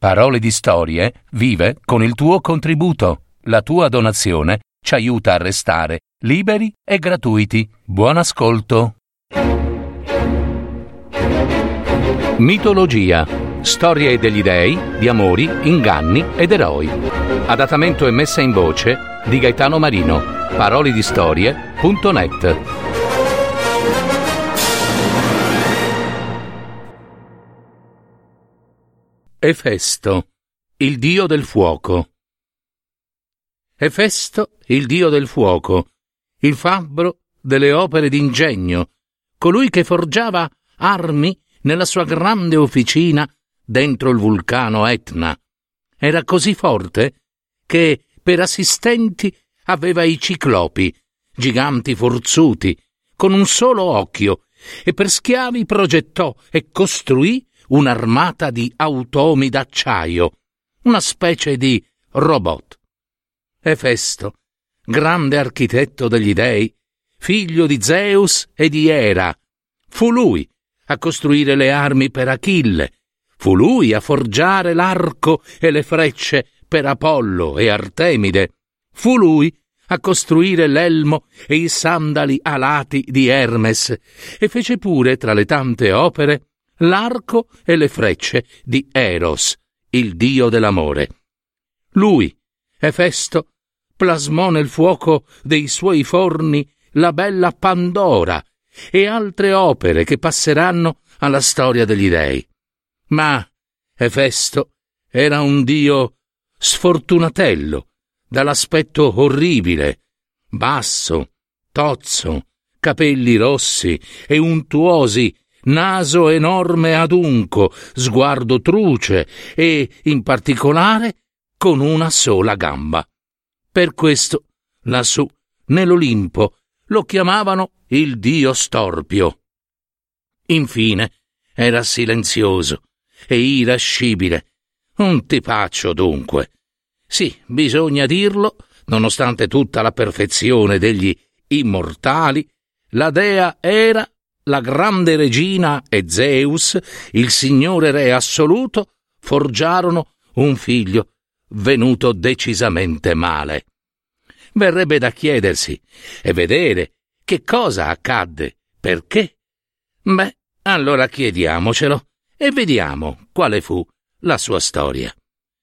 Parole di Storie vive con il tuo contributo. La tua donazione ci aiuta a restare liberi e gratuiti. Buon ascolto. Mitologia. Storie degli dei, di amori, inganni ed eroi. Adattamento e messa in voce di Gaetano Marino. paroledistorie.net. Efesto, il dio del fuoco. Efesto, il dio del fuoco, il fabbro delle opere d'ingegno, colui che forgiava armi nella sua grande officina dentro il vulcano Etna. Era così forte che per assistenti aveva i ciclopi, giganti forzuti, con un solo occhio, e per schiavi progettò e costruì un'armata di automi d'acciaio, una specie di robot. Efesto, grande architetto degli dei, figlio di Zeus e di Era, fu lui a costruire le armi per Achille, fu lui a forgiare l'arco e le frecce per Apollo e Artemide, fu lui a costruire l'elmo e i sandali alati di Hermes, e fece pure, tra le tante opere, l'arco e le frecce di Eros, il dio dell'amore. Lui, Efesto, plasmò nel fuoco dei suoi forni la bella Pandora e altre opere che passeranno alla storia degli dei. Ma Efesto era un dio sfortunatello, dall'aspetto orribile, basso, tozzo, capelli rossi e untuosi, naso enorme adunco, sguardo truce e, in particolare, con una sola gamba. Per questo, lassù, nell'Olimpo, lo chiamavano il dio storpio. Infine, era silenzioso e irascibile, un tipaccio dunque. Sì, bisogna dirlo, nonostante tutta la perfezione degli immortali, la dea Era, la grande regina, e Zeus, il signore re assoluto, forgiarono un figlio venuto decisamente male. Verrebbe da chiedersi e vedere che cosa accadde, perché? Beh, allora chiediamocelo e vediamo quale fu la sua storia.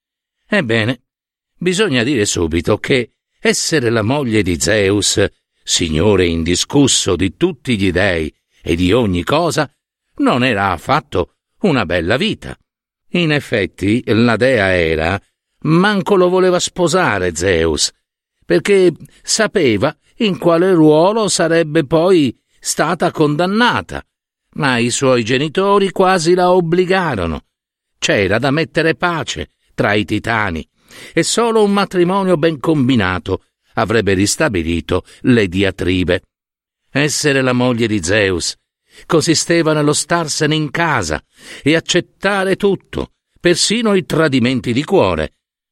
Ebbene, bisogna dire subito che essere la moglie di Zeus, signore indiscusso di tutti gli dei e di ogni cosa, non era affatto una bella vita. In effetti, la dea Era manco lo voleva sposare Zeus, perché sapeva in quale ruolo sarebbe poi stata condannata, ma i suoi genitori quasi la obbligarono. C'era da mettere pace tra i titani, e solo un matrimonio ben combinato avrebbe ristabilito le diatribe. Essere la moglie di Zeus consisteva nello starsene in casa e accettare tutto, persino i tradimenti di cuore.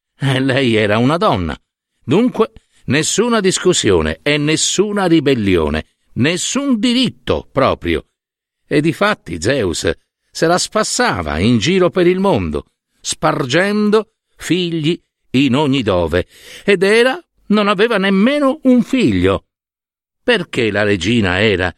Lei era una donna, dunque nessuna discussione e nessuna ribellione, nessun diritto proprio. E difatti Zeus se la spassava in giro per il mondo, spargendo figli in ogni dove, ed Era non aveva nemmeno un figlio. Perché la regina Era,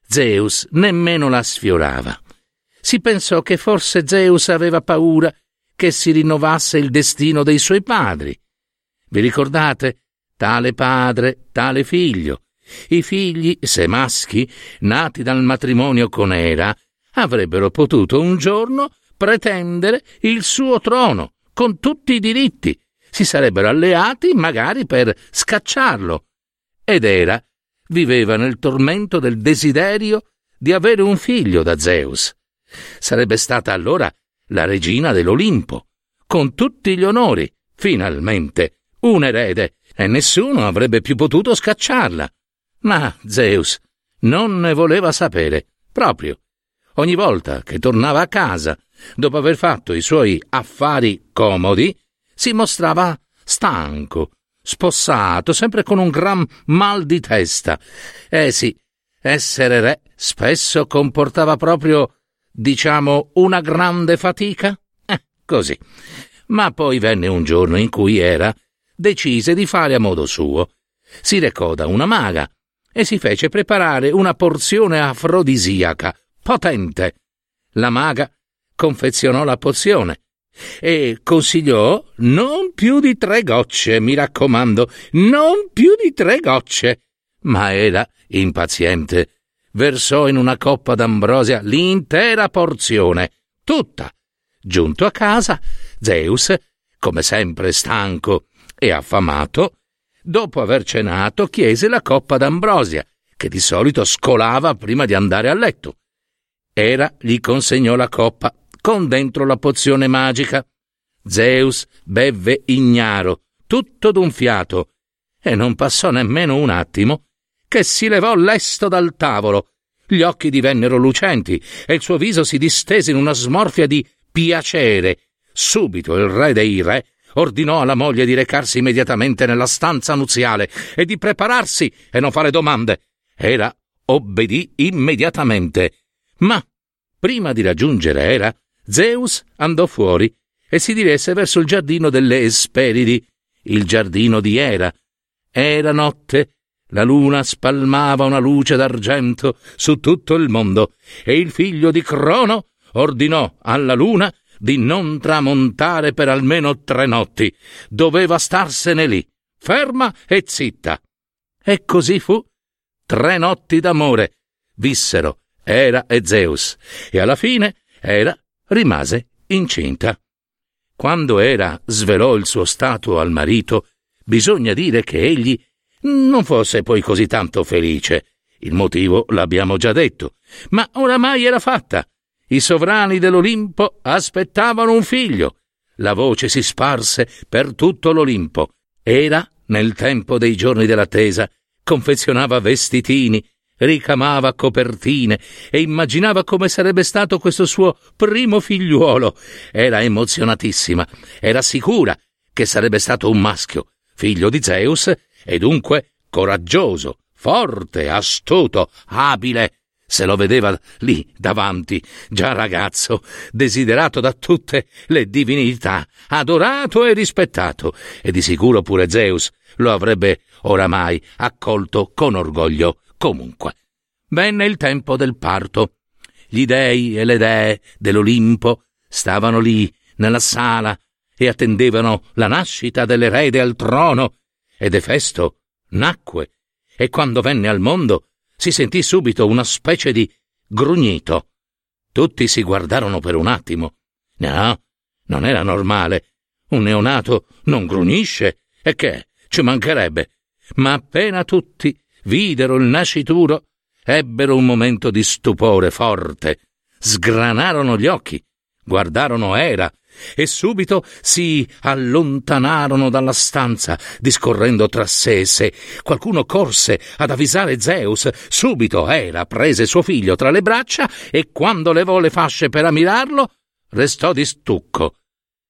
Zeus nemmeno la sfiorava. Si pensò che forse Zeus aveva paura che si rinnovasse il destino dei suoi padri. Vi ricordate? Tale padre, tale figlio. I figli, se maschi, nati dal matrimonio con Era, avrebbero potuto un giorno pretendere il suo trono, con tutti i diritti. Si sarebbero alleati magari per scacciarlo. Ed Era viveva nel tormento del desiderio di avere un figlio da Zeus. Sarebbe stata allora la regina dell'Olimpo, con tutti gli onori, finalmente, un erede, e nessuno avrebbe più potuto scacciarla. Ma Zeus non ne voleva sapere, proprio. Ogni volta che tornava a casa, dopo aver fatto i suoi affari comodi, si mostrava stanco, spossato, sempre con un gran mal di testa. Sì, essere re spesso comportava proprio, diciamo, una grande fatica. Così. Ma poi venne un giorno in cui Era decise di fare a modo suo. Si recò da una maga e si fece preparare una porzione afrodisiaca, potente. La maga confezionò la pozione e consigliò non più di 3 gocce, mi raccomando, non più di 3 gocce. Ma Era, impaziente, versò in una coppa d'ambrosia l'intera porzione, tutta. Giunto a casa, Zeus, come sempre stanco e affamato, dopo aver cenato chiese la coppa d'ambrosia, che di solito scolava prima di andare a letto. Era gli consegnò la coppa con dentro la pozione magica. Zeus bevve ignaro, tutto d'un fiato, e non passò nemmeno un attimo che si levò lesto dal tavolo. Gli occhi divennero lucenti e il suo viso si distese in una smorfia di piacere. Subito il re dei re ordinò alla moglie di recarsi immediatamente nella stanza nuziale e di prepararsi e non fare domande. Era obbedì immediatamente. Ma prima di raggiungere Era, Zeus andò fuori e si diresse verso il giardino delle Esperidi, il giardino di Era. Era notte, la luna spalmava una luce d'argento su tutto il mondo e il figlio di Crono ordinò alla luna di non tramontare per almeno 3 notti. Doveva starsene lì, ferma e zitta. E così fu. 3 notti d'amore vissero Era e Zeus, e alla fine Era rimase incinta. Quando Era svelò il suo stato al marito, bisogna dire che egli non fosse poi così tanto felice. Il motivo l'abbiamo già detto, ma oramai era fatta. I sovrani dell'Olimpo aspettavano un figlio. La voce si sparse per tutto l'Olimpo. Era, nel tempo dei giorni dell'attesa, confezionava vestitini, ricamava copertine e immaginava come sarebbe stato questo suo primo figliuolo. Era emozionatissima, era sicura che sarebbe stato un maschio, figlio di Zeus, e dunque coraggioso, forte, astuto, abile. Se lo vedeva lì davanti, già ragazzo, desiderato da tutte le divinità, adorato e rispettato, e di sicuro pure Zeus lo avrebbe oramai accolto con orgoglio comunque. Venne il tempo del parto. Gli dei e le dee dell'Olimpo stavano lì nella sala e attendevano la nascita dell'erede al trono, ed Efesto nacque, e quando venne al mondo si sentì subito una specie di grugnito. Tutti si guardarono per un attimo. No, non era normale. Un neonato non grugnisce, e che? Ci mancherebbe. Ma appena tutti videro il nascituro, ebbero un momento di stupore forte. Sgranarono gli occhi, guardarono Era e subito si allontanarono dalla stanza, discorrendo tra sé e sé. Qualcuno corse ad avvisare Zeus. Subito Era prese suo figlio tra le braccia e, quando levò le fasce per ammirarlo, restò di stucco.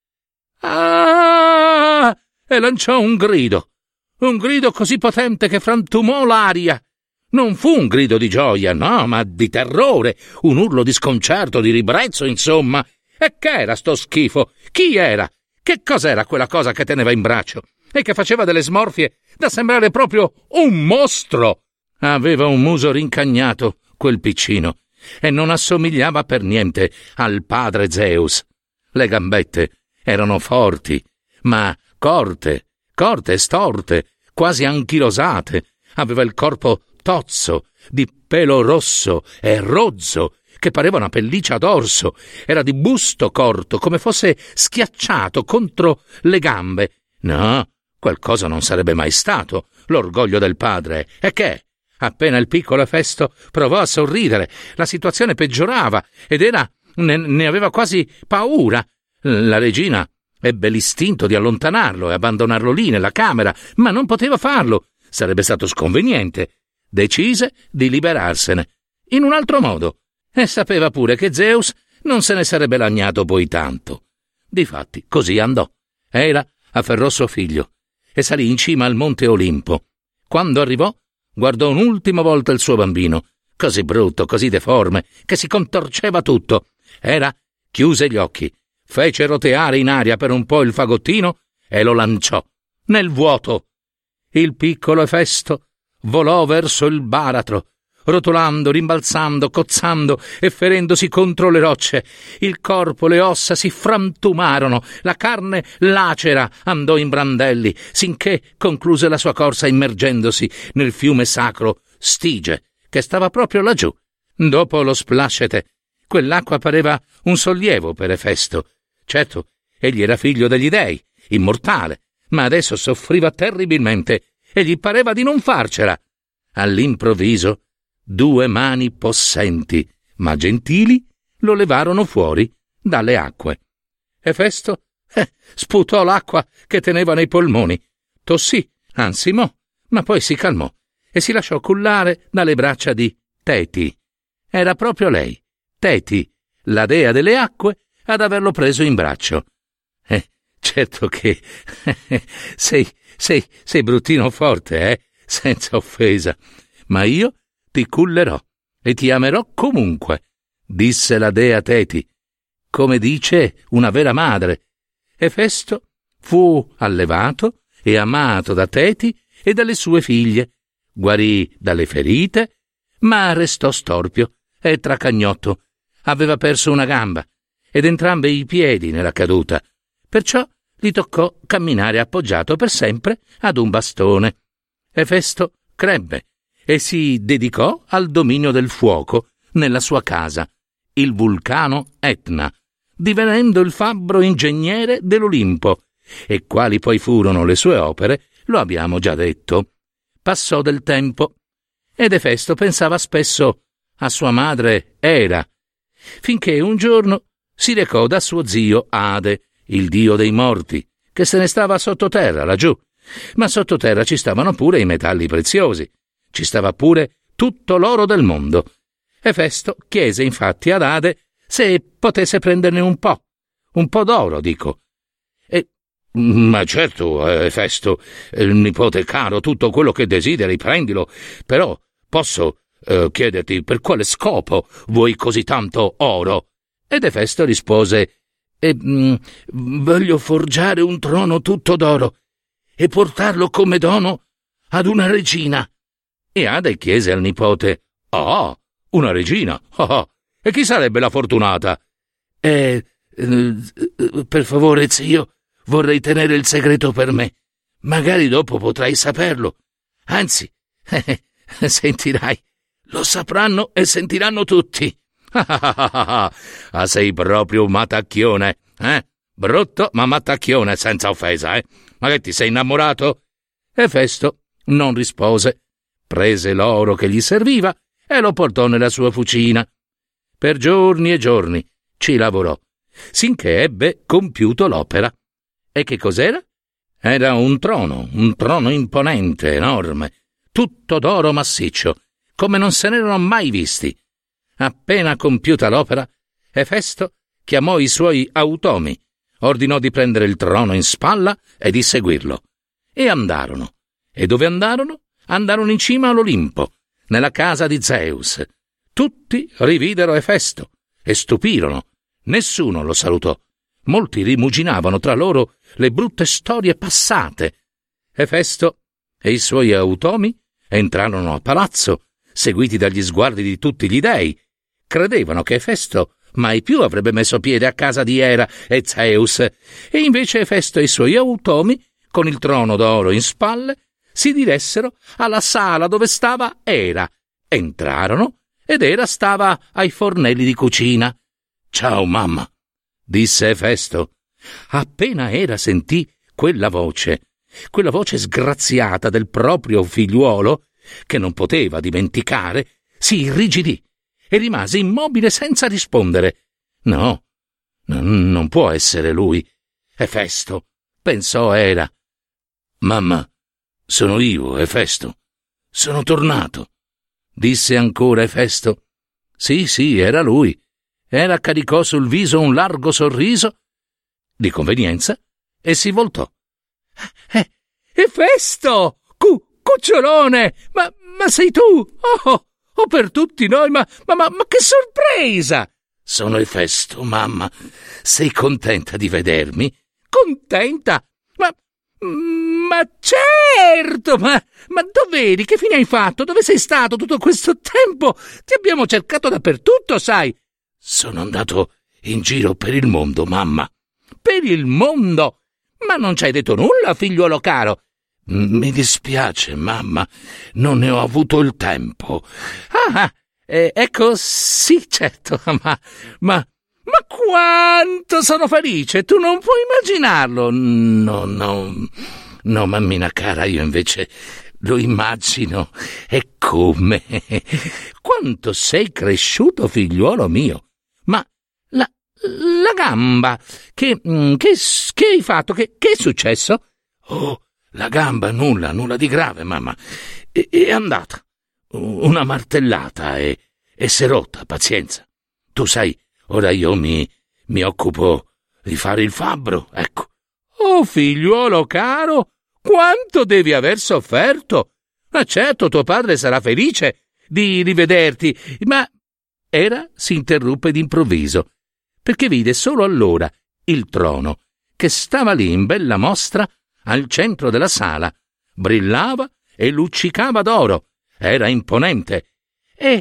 «Ah!» e lanciò un grido così potente che frantumò l'aria. Non fu un grido di gioia, no, ma di terrore, un urlo di sconcerto, di ribrezzo, insomma. E che era sto schifo? Chi era? Che cos'era quella cosa che teneva in braccio e che faceva delle smorfie da sembrare proprio un mostro? Aveva un muso rincagnato, quel piccino, e non assomigliava per niente al padre Zeus. Le gambette erano forti, ma corte e storte, quasi anchilosate. Aveva il corpo tozzo, di pelo rosso e rozzo, che pareva una pelliccia d'orso. Era di busto corto, come fosse schiacciato contro le gambe. No, qualcosa non sarebbe mai stato l'orgoglio del padre. E che? Appena il piccolo Efesto provò a sorridere, la situazione peggiorava ed Era ne aveva quasi paura. La regina ebbe l'istinto di allontanarlo e abbandonarlo lì nella camera, ma non poteva farlo. Sarebbe stato sconveniente. Decise di liberarsene in un altro modo. E sapeva pure che Zeus non se ne sarebbe lagnato poi tanto. Difatti, così andò. Era afferrò suo figlio e salì in cima al monte Olimpo. Quando arrivò, guardò un'ultima volta il suo bambino, così brutto, così deforme, che si contorceva tutto. Era chiuse gli occhi, fece roteare in aria per un po' il fagottino e lo lanciò nel vuoto. Il piccolo Efesto volò verso il baratro, rotolando, rimbalzando, cozzando e ferendosi contro le rocce. Il corpo, le ossa si frantumarono, la carne lacera andò in brandelli, sinché concluse la sua corsa immergendosi nel fiume sacro Stige, che stava proprio laggiù. Dopo lo splascete, quell'acqua pareva un sollievo per Efesto. Certo, egli era figlio degli dei, immortale, ma adesso soffriva terribilmente e gli pareva di non farcela. All'improvviso, 2 mani possenti, ma gentili, lo levarono fuori dalle acque. Efesto sputò l'acqua che teneva nei polmoni, tossì, anzi ma poi si calmò e si lasciò cullare dalle braccia di Teti. Era proprio lei, Teti, la dea delle acque, ad averlo preso in braccio. Certo che sei bruttino forte, senza offesa, ma io ti cullerò e ti amerò comunque, disse la dea Teti, come dice una vera madre. Efesto fu allevato e amato da Teti e dalle sue figlie, guarì dalle ferite, ma restò storpio e tracagnotto. Aveva perso una gamba ed entrambi i piedi nella caduta, perciò gli toccò camminare appoggiato per sempre ad un bastone. Efesto crebbe e si dedicò al dominio del fuoco nella sua casa, il vulcano Etna, divenendo il fabbro ingegnere dell'Olimpo, e quali poi furono le sue opere lo abbiamo già detto. Passò del tempo ed Efesto pensava spesso a sua madre Era, finché un giorno si recò da suo zio Ade, il dio dei morti, che se ne stava sottoterra laggiù. Ma sottoterra ci stavano pure i metalli preziosi, ci stava pure tutto l'oro del mondo. Efesto chiese infatti ad Ade se potesse prenderne un po' d'oro, dico. Ma certo, Efesto, nipote caro, tutto quello che desideri prendilo, però posso chiederti per quale scopo vuoi così tanto oro? Ed Efesto rispose: voglio forgiare un trono tutto d'oro e portarlo come dono ad una regina. E Ade chiese al nipote: una regina? E chi sarebbe la fortunata? Per favore, zio, vorrei tenere il segreto per me. Magari dopo potrai saperlo. Anzi, sentirai, lo sapranno e sentiranno tutti. Sei proprio un matacchione, Brutto ma mattacchione, senza offesa, Ma che ti sei innamorato? Efesto non rispose. Prese l'oro che gli serviva e lo portò nella sua fucina. Per giorni e giorni ci lavorò, sinché ebbe compiuto l'opera. E che cos'era? Era un trono imponente, enorme, tutto d'oro massiccio, come non se n'erano mai visti. Appena compiuta l'opera, Efesto chiamò i suoi automi, ordinò di prendere il trono in spalla e di seguirlo. E andarono. E dove andarono? Andarono in cima all'Olimpo, nella casa di Zeus. Tutti rividero Efesto e stupirono. Nessuno lo salutò. Molti rimuginavano tra loro le brutte storie passate. Efesto e i suoi automi entrarono a palazzo, seguiti dagli sguardi di tutti gli dei. Credevano che Efesto mai più avrebbe messo piede a casa di Era e Zeus, e invece Efesto e i suoi automi, con il trono d'oro in spalle, si diressero alla sala dove stava Era. Entrarono ed Era stava ai fornelli di cucina. «Ciao, mamma», disse Efesto. Appena Era sentì quella voce sgraziata del proprio figliuolo, che non poteva dimenticare, si irrigidì e rimase immobile senza rispondere. No, non può essere lui. Efesto, pensò Era. «Mamma, sono io, Efesto. Sono tornato», disse ancora Efesto. Sì, era lui. Era caricò sul viso un largo sorriso di convenienza e si voltò. «Efesto! Cucciolone! Ma sei tu? Oh, per tutti noi, ma che sorpresa!» Sono Efesto, mamma. Sei contenta di vedermi? Contenta? Ma certo! Ma dov'eri? Che fine hai fatto? Dove sei stato tutto questo tempo? Ti abbiamo cercato dappertutto, sai. Sono andato in giro per il mondo, mamma. Per il mondo? Ma non ci hai detto nulla, figliuolo caro. Mi dispiace, mamma. Non ne ho avuto il tempo. Ecco, sì, certo, ma quanto sono felice! Tu non puoi immaginarlo. No, mammina cara, io invece lo immagino. E come? Quanto sei cresciuto, figliuolo mio! Ma la gamba, che hai fatto? Che è successo? Oh, la gamba, nulla di grave, mamma. È andata. Una martellata e s'è rotta, pazienza. Tu sai, ora io mi occupo di fare il fabbro, ecco. Oh, figliuolo caro, quanto devi aver sofferto! Ma certo, tuo padre sarà felice di rivederti, ma Era si interruppe d'improvviso, perché vide solo allora il trono, che stava lì in bella mostra al centro della sala, brillava e luccicava d'oro, era imponente. E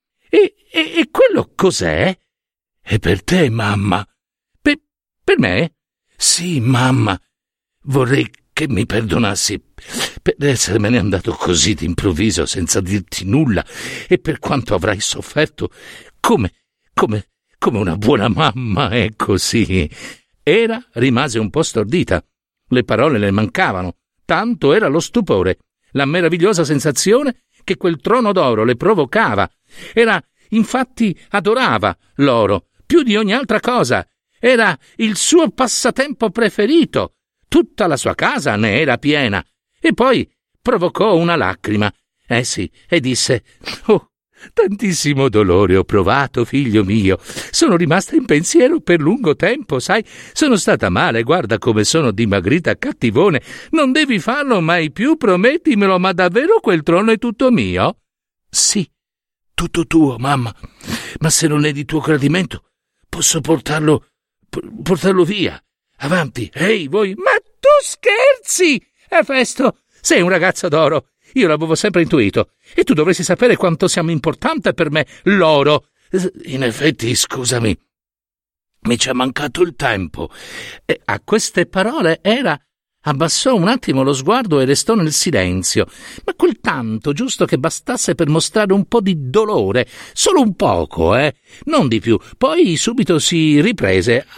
quello cos'è? È per te, mamma. Per me? Sì, mamma. Vorrei che mi perdonassi per essermene andato così d'improvviso senza dirti nulla e per quanto avrai sofferto come una buona mamma, è così. Era rimase un po' stordita. Le parole le mancavano, tanto era lo stupore, la meravigliosa sensazione che quel trono d'oro le provocava. Infatti adorava l'oro, più di ogni altra cosa. Era il suo passatempo preferito. Tutta la sua casa ne era piena. E poi provocò una lacrima. Sì, e disse: «Oh, tantissimo dolore ho provato, figlio mio. Sono rimasta in pensiero per lungo tempo, sai? Sono stata male, guarda come sono dimagrita, cattivone. Non devi farlo mai più, promettimelo, ma davvero quel trono è tutto mio?» «Sì, tutto tuo, mamma. Ma se non è di tuo gradimento, posso portarlo via. Avanti, ehi, voi!» «Ma tu scherzi! Efesto, sei un ragazzo d'oro. Io l'avevo sempre intuito. E tu dovresti sapere quanto sia importante per me l'oro.» «In effetti, scusami, mi ci è mancato il tempo.» E a queste parole Era abbassò un attimo lo sguardo e restò nel silenzio, ma quel tanto giusto che bastasse per mostrare un po' di dolore, solo un poco, non di più. Poi subito si riprese.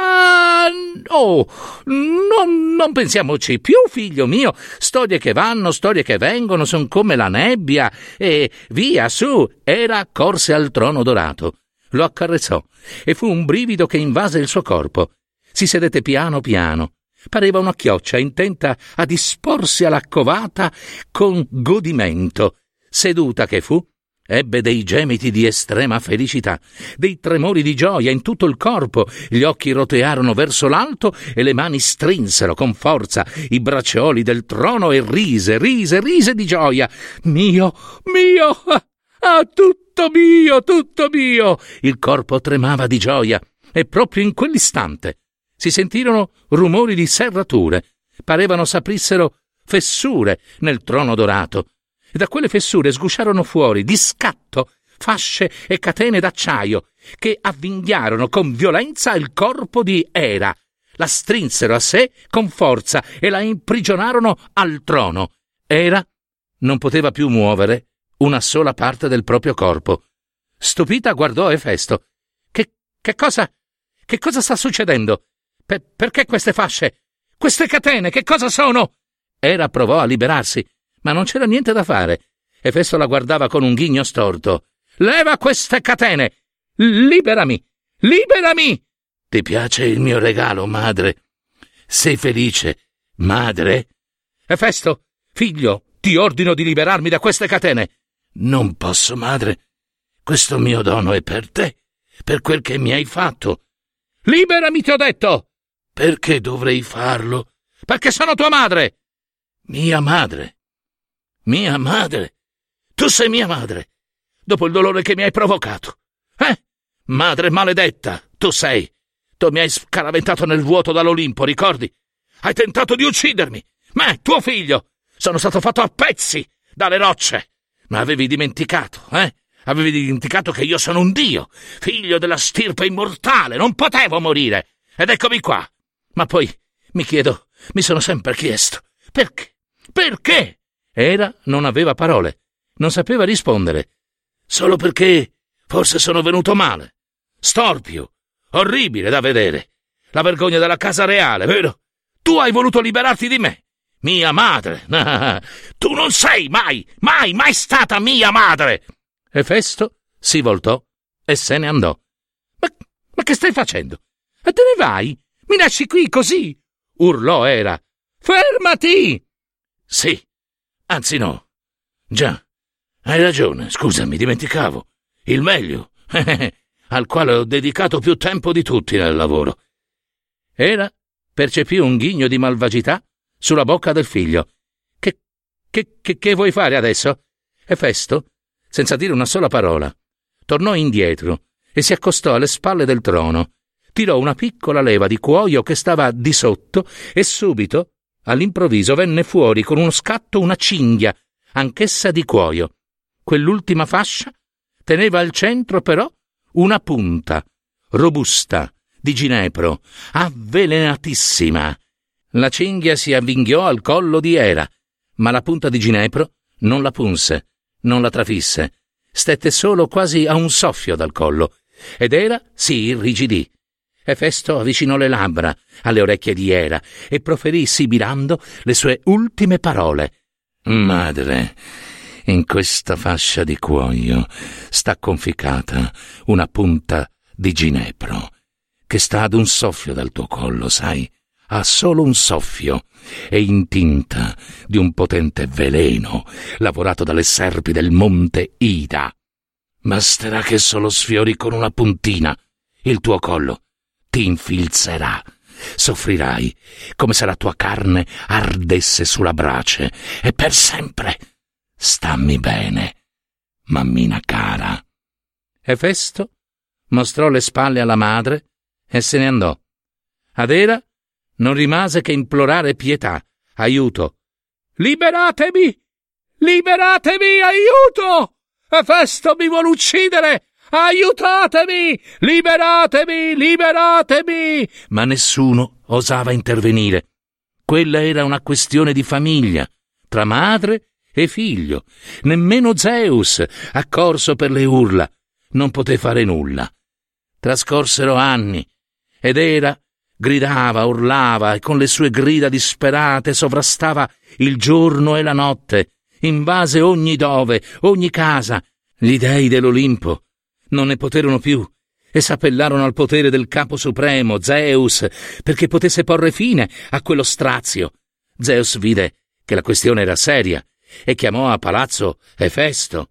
Non pensiamoci più, figlio mio. Storie che vanno, storie che vengono, son come la nebbia. E via, su!» Era corse al trono dorato, lo accarezzò e fu un brivido che invase il suo corpo. Si sedette piano piano. Pareva una chioccia intenta a disporsi alla covata con godimento. Seduta che fu, ebbe dei gemiti di estrema felicità, dei tremori di gioia in tutto il corpo, gli occhi rotearono verso l'alto e le mani strinsero con forza i braccioli del trono e rise di gioia. «Mio, tutto mio, tutto mio!» Il corpo tremava di gioia e proprio in quell'istante si sentirono rumori di serrature, parevano s'aprissero fessure nel trono dorato, e da quelle fessure sgusciarono fuori, di scatto, fasce e catene d'acciaio, che avvinghiarono con violenza il corpo di Era, la strinsero a sé con forza e la imprigionarono al trono. Era non poteva più muovere una sola parte del proprio corpo. Stupita guardò Efesto. Che cosa sta succedendo? Perché queste fasce? Queste catene, che cosa sono?» Era provò a liberarsi, ma non c'era niente da fare. Efesto la guardava con un ghigno storto. «Leva queste catene! Liberami! Liberami!» «Ti piace il mio regalo, madre? Sei felice, madre?» «Efesto, figlio, ti ordino di liberarmi da queste catene!» «Non posso, madre. Questo mio dono è per te, per quel che mi hai fatto.» «Liberami, ti ho detto!» «Perché dovrei farlo?» «Perché sono tua madre!» «Mia madre? Mia madre? Tu sei mia madre, dopo il dolore che mi hai provocato. Madre maledetta, tu mi hai scaraventato nel vuoto dall'Olimpo, ricordi? Hai tentato di uccidermi. Me, tuo figlio, sono stato fatto a pezzi dalle rocce. Ma avevi dimenticato, Avevi dimenticato che io sono un dio, figlio della stirpe immortale, non potevo morire. Ed eccomi qua. Ma poi mi sono sempre chiesto, perché? Perché? Era non aveva parole, non sapeva rispondere. Solo perché forse sono venuto male. Storpio, orribile da vedere. La vergogna della casa reale, vero? Tu hai voluto liberarti di me. Mia madre. Tu non sei mai stata mia madre. Efesto si voltò e se ne andò. Ma che stai facendo? E te ne vai? Mi lasci qui così? Urlò Era. Fermati! Sì, anzi no. Già, hai ragione, scusami, dimenticavo. Il meglio, al quale ho dedicato più tempo di tutti nel lavoro. Era percepì un ghigno di malvagità sulla bocca del figlio. Che vuoi fare adesso? Efesto, senza dire una sola parola, tornò indietro e si accostò alle spalle del trono. Tirò una piccola leva di cuoio che stava di sotto e subito, all'improvviso, venne fuori con uno scatto una cinghia, anch'essa di cuoio. Quell'ultima fascia teneva al centro però una punta, robusta, di ginepro, avvelenatissima. La cinghia si avvinghiò al collo di Era, ma la punta di ginepro non la punse, non la trafisse, stette solo quasi a un soffio dal collo, ed Era si irrigidì. Efesto avvicinò le labbra alle orecchie di Era e proferì sibilando le sue ultime parole. Madre, in questa fascia di cuoio sta conficcata una punta di ginepro, che sta ad un soffio dal tuo collo, sai? Ha solo un soffio e intinta di un potente veleno lavorato dalle serpi del monte Ida. Basterà che solo sfiori con una puntina il tuo collo. Ti infilzerà. Soffrirai come se la tua carne ardesse sulla brace e per sempre. Stammi bene, mammina cara. Efesto mostrò le spalle alla madre e se ne andò. Ad Era non rimase che implorare pietà, aiuto. Liberatemi! Liberatemi, aiuto! Efesto mi vuole uccidere! Aiutatemi! Liberatemi! Liberatemi! Ma nessuno osava intervenire. Quella era una questione di famiglia, tra madre e figlio. Nemmeno Zeus, accorso per le urla, non poté fare nulla. Trascorsero anni, ed Era gridava, urlava e con le sue grida disperate sovrastava il giorno e la notte, invase ogni dove, ogni casa. Gli dei dell'Olimpo non ne poterono più e s'appellarono al potere del capo supremo, Zeus, perché potesse porre fine a quello strazio. Zeus vide che la questione era seria e chiamò a palazzo Efesto.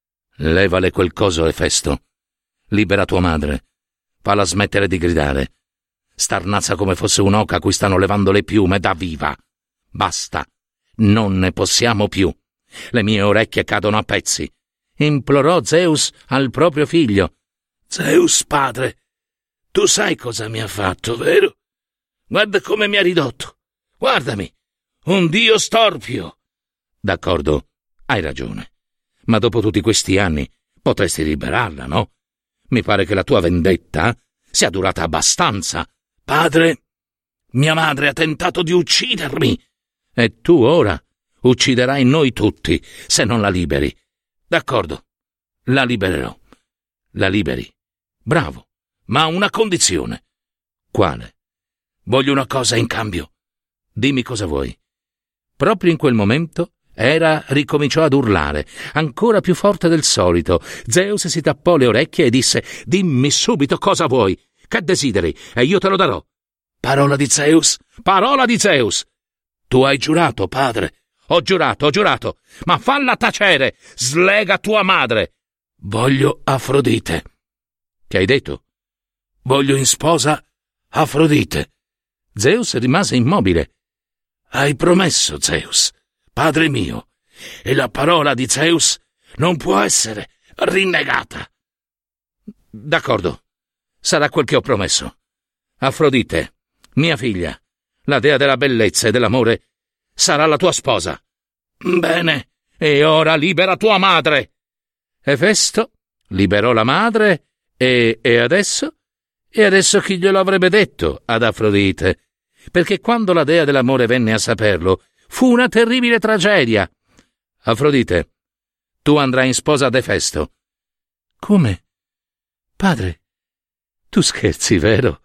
Levale quel coso, Efesto. Libera tua madre. Falla smettere di gridare. Starnazza come fosse un'oca a cui stanno levando le piume da viva. Basta. Non ne possiamo più. Le mie orecchie cadono a pezzi. Implorò Zeus al proprio figlio. Zeus, padre, tu sai cosa mi ha fatto, vero? Guarda come mi ha ridotto. Guardami, un dio storpio. D'accordo, hai ragione. Ma dopo tutti questi anni potresti liberarla, no? Mi pare che la tua vendetta sia durata abbastanza. Padre, mia madre ha tentato di uccidermi. E tu ora ucciderai noi tutti se non la liberi. D'accordo, la libererò. La liberi. Bravo, ma a una condizione. Quale? Voglio una cosa in cambio. Dimmi cosa vuoi. Proprio in quel momento Era ricominciò ad urlare, ancora più forte del solito. Zeus si tappò le orecchie e disse: dimmi subito cosa vuoi. Che desideri, e io te lo darò. Parola di Zeus, parola di Zeus. Tu hai giurato, padre. Ho giurato, ma falla tacere, slega tua madre. Voglio Afrodite. Che hai detto? Voglio in sposa Afrodite. Zeus rimase immobile. Hai promesso, Zeus, padre mio, e la parola di Zeus non può essere rinnegata. D'accordo, sarà quel che ho promesso. Afrodite, mia figlia, la dea della bellezza e dell'amore, sarà la tua sposa. Bene, e ora libera tua madre. Efesto liberò la madre e adesso? E adesso chi glielo avrebbe detto ad Afrodite? Perché quando la dea dell'amore venne a saperlo, fu una terribile tragedia. Afrodite, tu andrai in sposa ad Efesto. Come? Padre, tu scherzi, vero?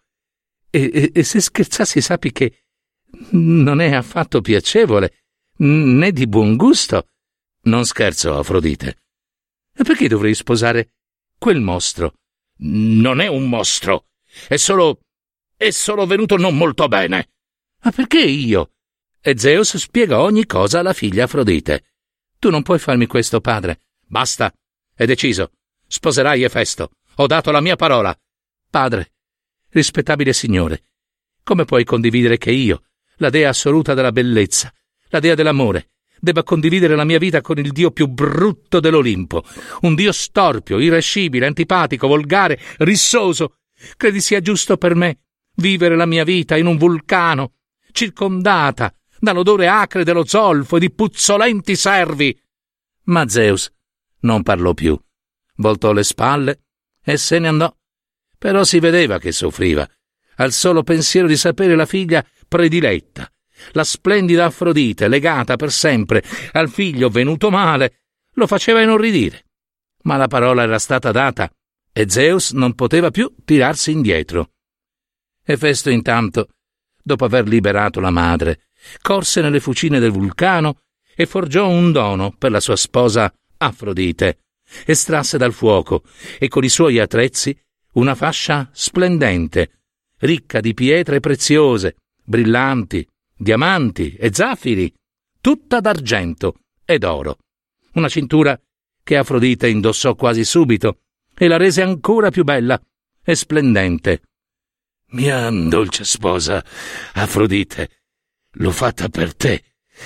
E se scherzassi sappi che non è affatto piacevole, né di buon gusto. Non scherzo, Afrodite. E perché dovrei sposare quel mostro? Non è un mostro. È solo venuto non molto bene. Ma perché io? E Zeus spiegò ogni cosa alla figlia Afrodite. Tu non puoi farmi questo, padre. Basta. È deciso. Sposerai Efesto. Ho dato la mia parola. Padre, rispettabile signore, come puoi condividere che io, la dea assoluta della bellezza, la dea dell'amore, debba condividere la mia vita con il dio più brutto dell'Olimpo, un dio storpio, irascibile, antipatico, volgare, rissoso? Credi sia giusto per me vivere la mia vita in un vulcano, circondata dall'odore acre dello zolfo e di puzzolenti servi? Ma Zeus non parlò più, voltò le spalle e se ne andò. Però si vedeva che soffriva al solo pensiero di sapere la figlia prediletta, la splendida Afrodite, legata per sempre al figlio venuto male, lo faceva inorridire. Ma la parola era stata data e Zeus non poteva più tirarsi indietro. Efesto intanto, dopo aver liberato la madre, corse nelle fucine del vulcano e forgiò un dono per la sua sposa Afrodite. Estrasse dal fuoco e con i suoi attrezzi una fascia splendente, ricca di pietre preziose, brillanti, diamanti e zaffiri, tutta d'argento ed oro. Una cintura che Afrodite indossò quasi subito e la rese ancora più bella e splendente. Mia dolce sposa, Afrodite, l'ho fatta per te.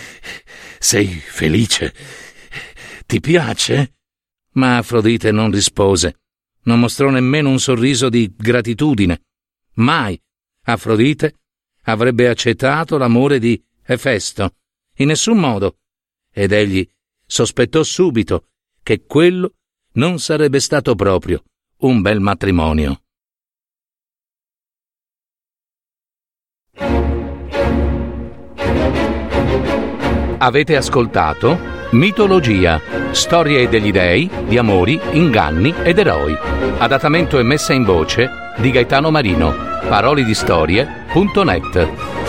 Sei felice? Ti piace? Ma Afrodite non rispose, non mostrò nemmeno un sorriso di gratitudine. Mai Afrodite avrebbe accettato l'amore di Efesto, in nessun modo, ed egli sospettò subito che quello non sarebbe stato proprio un bel matrimonio. Avete ascoltato Mitologia, storie degli dei, di amori, inganni ed eroi. Adattamento e messa in voce di Gaetano Marino. Parolidistorie.net